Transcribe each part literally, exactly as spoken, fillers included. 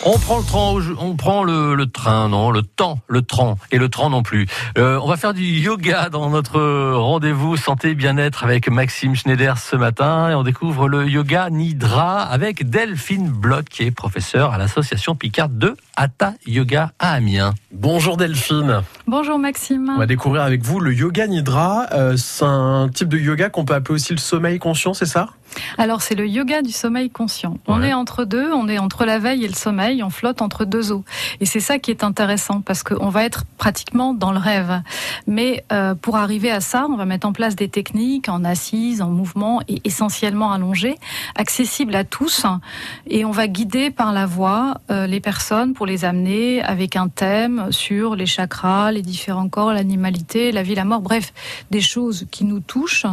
On prend le train, on prend le, le train, non, le temps, le train et le train non plus. Euh, on va faire du yoga dans notre rendez-vous santé bien-être avec Maxime Schneider ce matin et on découvre le yoga Nidra avec Delphine Bloch qui est professeure à l'association Picarde de Hatha Yoga à Amiens. Bonjour Delphine. Bonjour Maxime. On va découvrir avec vous le yoga Nidra. Euh, c'est un type de yoga qu'on peut appeler aussi le sommeil conscient, c'est ça ? Alors c'est le yoga du sommeil conscient. On Ouais. est entre deux, on est entre la veille et le sommeil, on flotte entre deux eaux. Et c'est ça qui est intéressant parce qu'on va être pratiquement dans le rêve. Mais euh, pour arriver à ça, on va mettre en place des techniques en assise, en mouvement et essentiellement allongé, accessibles à tous. Et on va guider par la voix euh, les personnes pour les amener avec un thème sur les chakras, les différents corps, l'animalité, la vie, la mort, bref, des choses qui nous touchent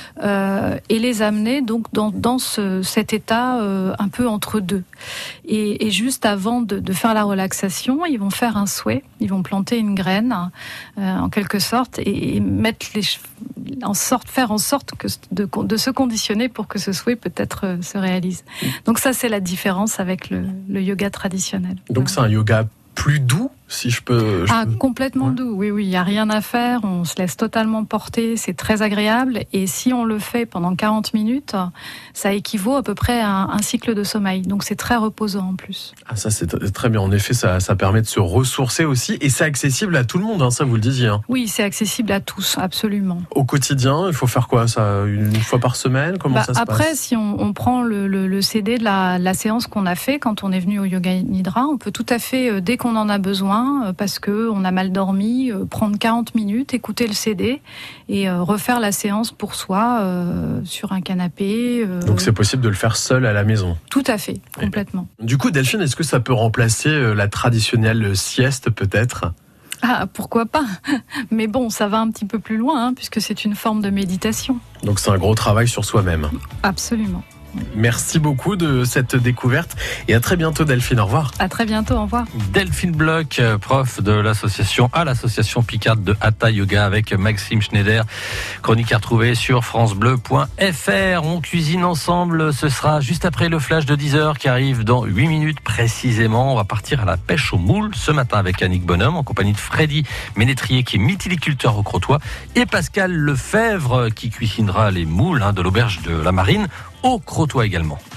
euh, et les amener donc dans, dans ce, cet état euh, un peu entre deux. Et, et juste avant de, de faire la relaxation, ils vont faire un souhait, ils vont planter une graine euh, en quelque sorte et, et mettre les, en sorte, faire en sorte que de, de se conditionner pour que ce souhait peut-être euh, se réalise. Donc ça c'est la différence avec le, le yoga traditionnel. Donc c'est un yoga plus doux, si je peux... je Ah, peux- complètement Ouais. doux, oui, oui, il n'y a rien à faire, on se laisse totalement porter, c'est très agréable, et si on le fait pendant quarante minutes, ça équivaut à peu près à un, un cycle de sommeil, donc c'est très reposant en plus. Ah, ça c'est t- très bien, en effet ça, ça permet de se ressourcer aussi et c'est accessible à tout le monde, hein, ça vous le disiez. Hein. Oui, c'est accessible à tous, absolument. Au quotidien, il faut faire quoi ça, une fois par semaine? Comment Bah, ça se après, passe? si on, on prend le, le, le C D de la, la séance qu'on a fait quand on est venu au Yoga Nidra, on peut tout à fait, euh, dès qu'on en a besoin, euh, parce que on a mal dormi, euh, prendre quarante minutes, écouter le C D et euh, refaire la séance pour soi euh, sur un canapé. euh, Donc c'est possible de le faire seul à la maison. Tout à fait, complètement. Du coup Delphine, est-ce que ça peut remplacer euh, la traditionnelle sieste peut-être? Ah, pourquoi pas? Mais bon, ça va un petit peu plus loin, hein, puisque c'est une forme de méditation. Donc c'est un gros travail sur soi-même. Absolument. Merci beaucoup de cette découverte et à très bientôt Delphine, au revoir. À très bientôt, au revoir. Delphine Bloch, prof de l'association à l'association Picarde de Hatha Yoga avec Maxime Schneider. Chronique à retrouver sur francebleu point f r. On cuisine ensemble, ce sera juste après le flash de dix heures qui arrive dans huit minutes précisément. On va partir à la pêche aux moules ce matin avec Annick Bonhomme en compagnie de Freddy Ménétrier qui est mytiliculteur au Crotoy et Pascal Lefebvre qui cuisinera les moules hein, de l'auberge de la Marine au Crotoy également.